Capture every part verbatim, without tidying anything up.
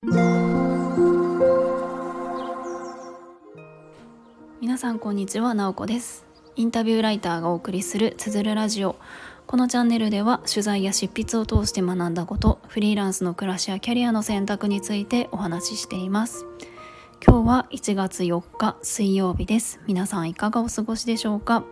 皆さんこんにちは、なおこです。インタビューライターがお送りするつづるラジオ。このチャンネルでは取材や執筆を通して学んだこと、フリーランスの暮らしやキャリアの選択についてお話ししています。今日はいちがつよっか水曜日です。皆さんいかがお過ごしでしょうか。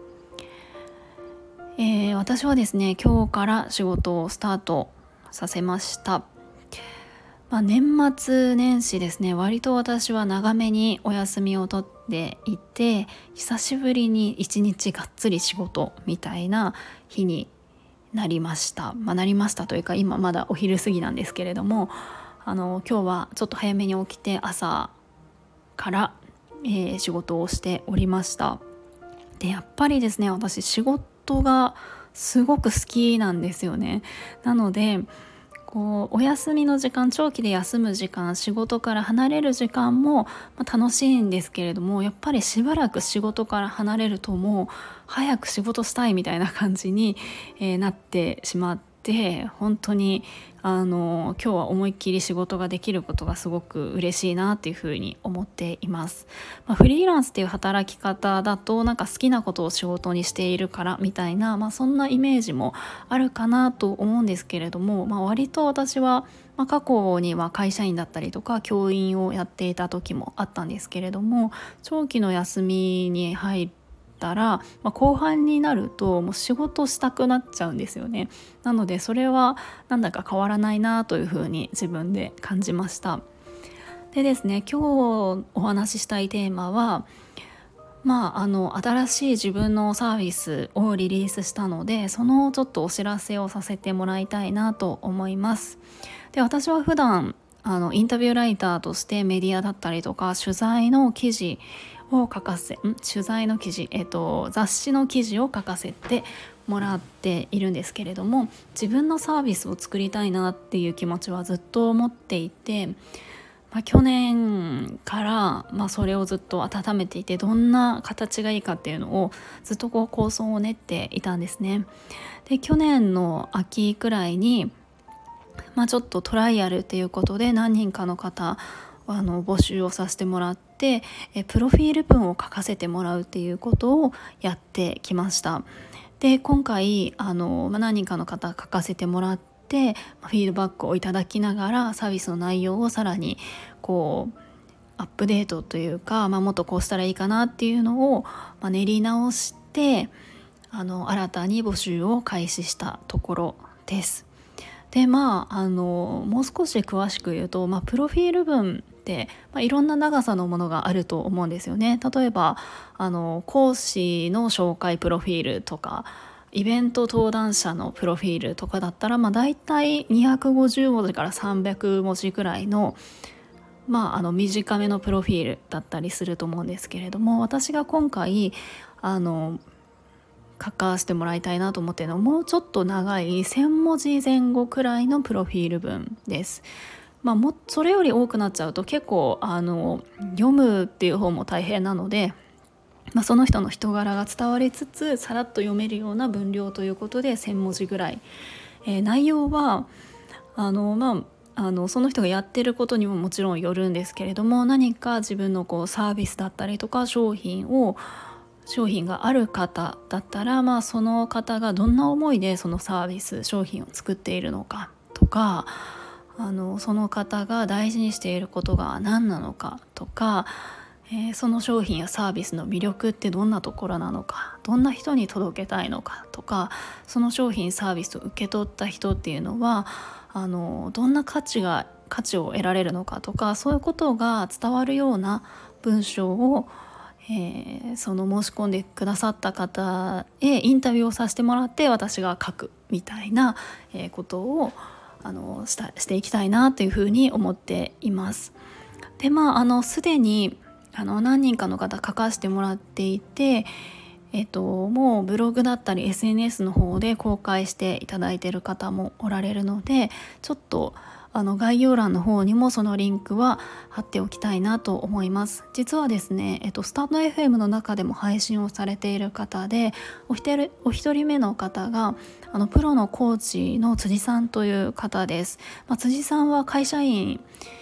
えー、私はですね、今日から仕事をスタートさせました。まあ、年末年始ですね、割と私は長めにお休みを取っていて、久しぶりに一日がっつり仕事みたいな日になりました。まあ、なりましたというか、今まだお昼過ぎなんですけれども、あの今日はちょっと早めに起きて朝から、えー、仕事をしておりました。でやっぱりですね、私仕事がすごく好きなんですよね。なのでこうお休みの時間、長期で休む時間、仕事から離れる時間も、まあ、楽しいんですけれども、やっぱりしばらく仕事から離れるともう早く仕事したいみたいな感じに、えー、なってしまって、本当にあの今日は思いっきり仕事ができることがすごく嬉しいなっていうふうに思っています。まあ、フリーランスっていう働き方だとなんか好きなことを仕事にしているからみたいな、まあ、そんなイメージもあるかなと思うんですけれども、まあ、割と私は、まあ、過去には会社員だったりとか教員をやっていた時もあったんですけれども、長期の休みに入ったら、まあ、後半になるともう仕事したくなっちゃうんですよね。なのでそれはなんだか変わらないなというふうに自分で感じました。でですね、今日お話ししたいテーマは、まあ、あの新しい自分のサービスをリリースしたので、そのちょっとお知らせをさせてもらいたいなと思います。で私は普段あのインタビューライターとしてメディアだったりとか取材の記事を書かせん取材の記事、えっと、雑誌の記事を書かせてもらっているんですけれども、自分のサービスを作りたいなっていう気持ちはずっと思っていて、まあ、去年から、まあ、それをずっと温めていて、どんな形がいいかっていうのをずっとこう構想を練っていたんですね。で去年の秋くらいに、まあ、ちょっとトライアルっていうことで何人かの方あの募集をさせてもらって、えプロフィール文を書かせてもらうっていうことをやってきました。で今回あの、まあ、何人かの方書かせてもらって、フィードバックをいただきながらサービスの内容をさらにこうアップデートというか、まあ、もっとこうしたらいいかなっていうのを、まあ、練り直してあの新たに募集を開始したところです。でまああのもう少し詳しく言うと、まあ、プロフィール文って、まあ、いろんな長さのものがあると思うんですよね。例えばあの講師の紹介プロフィールとか、イベント登壇者のプロフィールとかだったら、まあ、だいたいにひゃくごじゅうもじからさんびゃくもじくらいの、まあ、あの短めのプロフィールだったりすると思うんですけれども、私が今回あの書かせてもらいたいなと思っているのは、もうちょっと長いせんもじぜん後くらいのプロフィール文です。まあ、もそれより多くなっちゃうと結構あの読むっていう方も大変なので、まあ、その人の人柄が伝わりつつさらっと読めるような分量ということでせんもじぐらい、えー、内容はあの、まあ、あのその人がやってることにももちろんよるんですけれども、何か自分のこうサービスだったりとか商品を商品がある方だったら、まあ、その方がどんな思いでそのサービス商品を作っているのかとか、あのその方が大事にしていることが何なのかとか、えー、その商品やサービスの魅力ってどんなところなのか、どんな人に届けたいのかとか、その商品サービスを受け取った人っていうのはあのどんな価値が価値を得られるのかとか、そういうことが伝わるような文章をえー、その申し込んでくださった方へインタビューをさせてもらって私が書くみたいな、えー、ことをあのしたしていきたいなというふうに思っています。でまああのすでにあの何人かの方書かせてもらっていて、えっと、もうブログだったり エスエヌエス の方で公開していただいている方もおられるので、ちょっとあの概要欄の方にもそのリンクは貼っておきたいなと思います。実はですね、えっと、スタンド エフエム の中でも配信をされている方で、お一人、お一人目の方があのプロのコーチの辻さんという方です。まあ、辻さんは会社員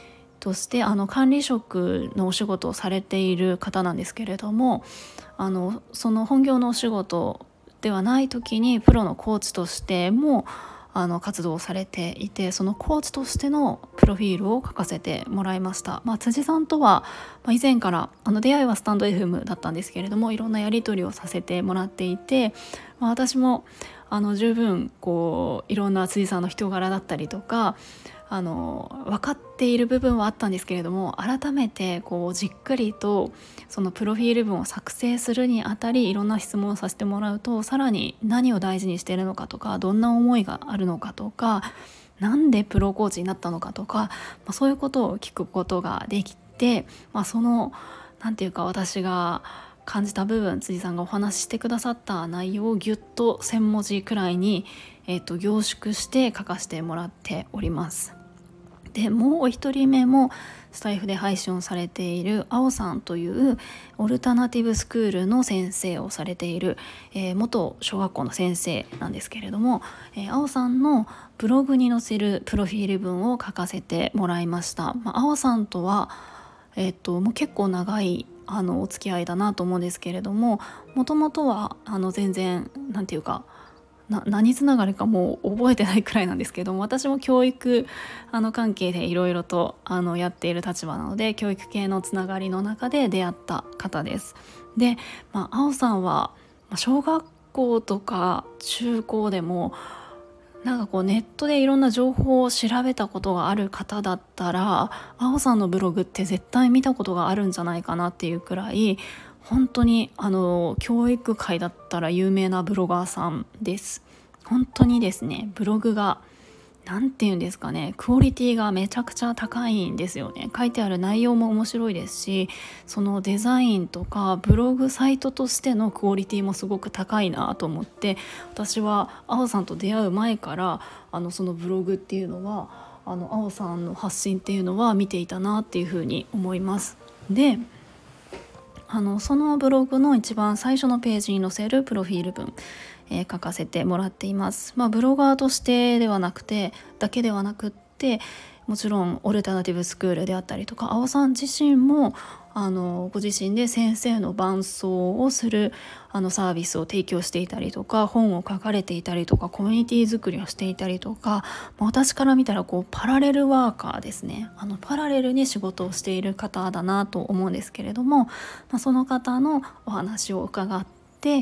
としてあの管理職のお仕事をされている方なんですけれども、あのその本業のお仕事ではない時にプロのコーチとしてもあの活動をされていて、そのコーチとしてのプロフィールを書かせてもらいました。まあ、辻さんとは、まあ、以前からあの出会いはスタンド エフエム だったんですけれども、いろんなやり取りをさせてもらっていて、まあ、私もあの十分こういろんな辻さんの人柄だったりとかあの分かっている部分はあったんですけれども、改めてこうじっくりとそのプロフィール文を作成するにあたりいろんな質問をさせてもらうと、さらに何を大事にしているのかとか、どんな思いがあるのかとか、なんでプロコーチになったのかとか、まあ、そういうことを聞くことができて、まあ、そのなんていうか私が感じた部分、辻さんがお話ししてくださった内容をぎゅっとせん文字くらいに、えーと、凝縮して書かせてもらっております。でもうお一人目もスタイフで配信をされているあおさんというオルタナティブスクールの先生をされている、えー、元小学校の先生なんですけれども、えー、あおさんのブログに載せるプロフィール文を書かせてもらいました。まあ、あおさんとは、えー、ともう結構長いあのお付き合いだなと思うんですけれども、もともとはあの全然なんていうかな何つながりかもう覚えてないくらいなんですけども、私も教育あの関係でいろいろとあのやっている立場なので、教育系のつながりの中で出会った方です。で、まあ、あおさんは小学校とか中高でもなんかこうネットでいろんな情報を調べたことがある方だったら、あおさんのブログって絶対見たことがあるんじゃないかなっていうくらい、本当にあの教育界だったら有名なブロガーさんです。本当にですね、ブログがなんていうんですかね、クオリティがめちゃくちゃ高いんですよね。書いてある内容も面白いですし、そのデザインとかブログサイトとしてのクオリティもすごく高いなと思って、私はあおさんと出会う前からあのそのブログっていうのはあのあおさんの発信っていうのは見ていたなっていうふうに思います。であのそのブログの一番最初のページに載せるプロフィール文、えー書かせてもらっています。まあ、ブロガーとしてではなくてだけではなくって、もちろんオルタナティブスクールであったりとか、あおさん自身もあのご自身で先生の伴走をするあのサービスを提供していたりとか、本を書かれていたりとか、コミュニティ作りをしていたりとか、私から見たらこうパラレルワーカーですね。あのパラレルに仕事をしている方だなと思うんですけれども、まあ、その方のお話を伺って、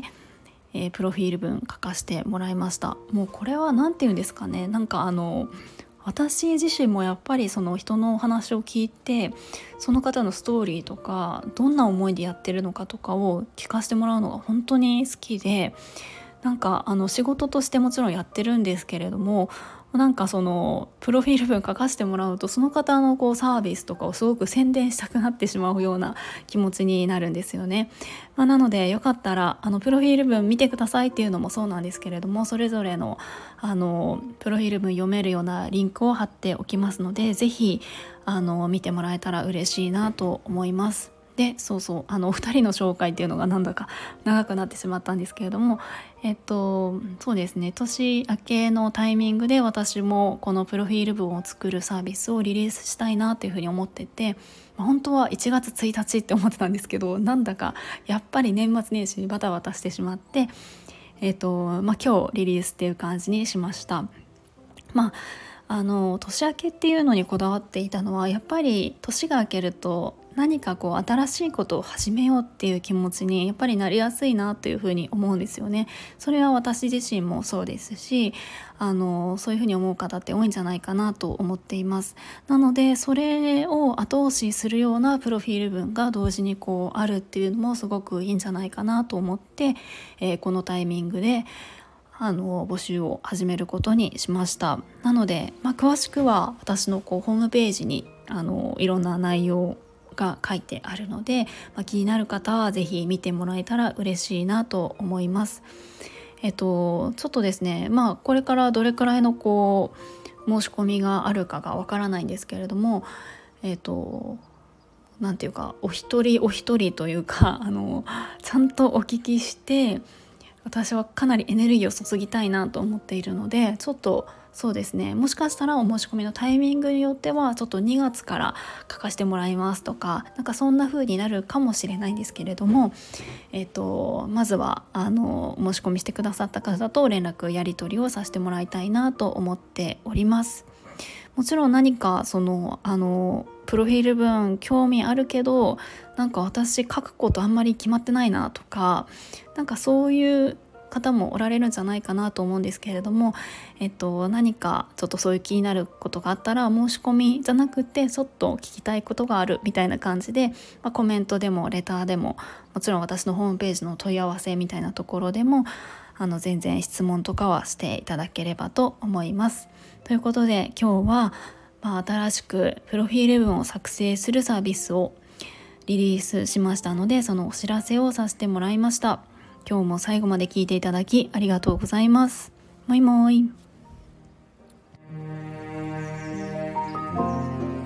えー、プロフィール文書かせてもらいました。もうこれは何て言うんですかね、なんかあの私自身もやっぱりその人のお話を聞いて、その方のストーリーとかどんな思いでやってるのかとかを聞かせてもらうのが本当に好きで、なんかあの仕事としてもちろんやってるんですけれども、なんかそのプロフィール文書かせてもらうと、その方のこうサービスとかをすごく宣伝したくなってしまうような気持ちになるんですよね。まあ、なのでよかったらあのプロフィール文見てくださいっていうのもそうなんですけれども、それぞれのあのプロフィール文読めるようなリンクを貼っておきますので、ぜひあの見てもらえたら嬉しいなと思います。でそうそうあのお二人の紹介っていうのがなんだか長くなってしまったんですけれども、えっとそうですね、年明けのタイミングで私もこのプロフィール文を作るサービスをリリースしたいなというふうに思ってて、本当はいちがつついたちって思ってたんですけど、なんだかやっぱり年末年始にバタバタしてしまって、えっとまあ、今日リリースっていう感じにしました。まああの年明けっていうのにこだわっていたのは、やっぱり年が明けると何かこう新しいことを始めようっていう気持ちにやっぱりなりやすいなというふうに思うんですよね。それは私自身もそうですし、あのそういうふうに思う方って多いんじゃないかなと思っています。なのでそれを後押しするようなプロフィール文が同時にこうあるっていうのもすごくいいんじゃないかなと思って、えー、このタイミングであの募集を始めることにしました。なので、まあ、詳しくは私のこうホームページにあのいろんな内容が書いてあるので、まあ、気になる方はぜひ見てもらえたら嬉しいなと思います。えっとちょっとですね、まあこれからどれくらいのこう申し込みがあるかがわからないんですけれども、えっとなんていうかお一人お一人というかあのちゃんとお聞きして、私はかなりエネルギーを注ぎたいなと思っているので、ちょっとそうですね、もしかしたらお申し込みのタイミングによってはちょっとにがつから書かせてもらいますとか、なんかそんな風になるかもしれないんですけれども、えっと、まずはあの申し込みしてくださった方と連絡やり取りをさせてもらいたいなと思っております。もちろん何かそのあのプロフィール文興味あるけど、なんか私書くことあんまり決まってないなとか、なんかそういう方もおられるんじゃないかなと思うんですけれども、えっと、何かちょっとそういう気になることがあったら、申し込みじゃなくてちょっと聞きたいことがあるみたいな感じで、まあ、コメントでもレターでも、もちろん私のホームページの問い合わせみたいなところでもあの全然質問とかはしていただければと思います。ということで今日は、まあ、新しくプロフィール文を作成するサービスをリリースしましたので、そのお知らせをさせてもらいました。今日も最後まで聞いていただきありがとうございます。もいもい。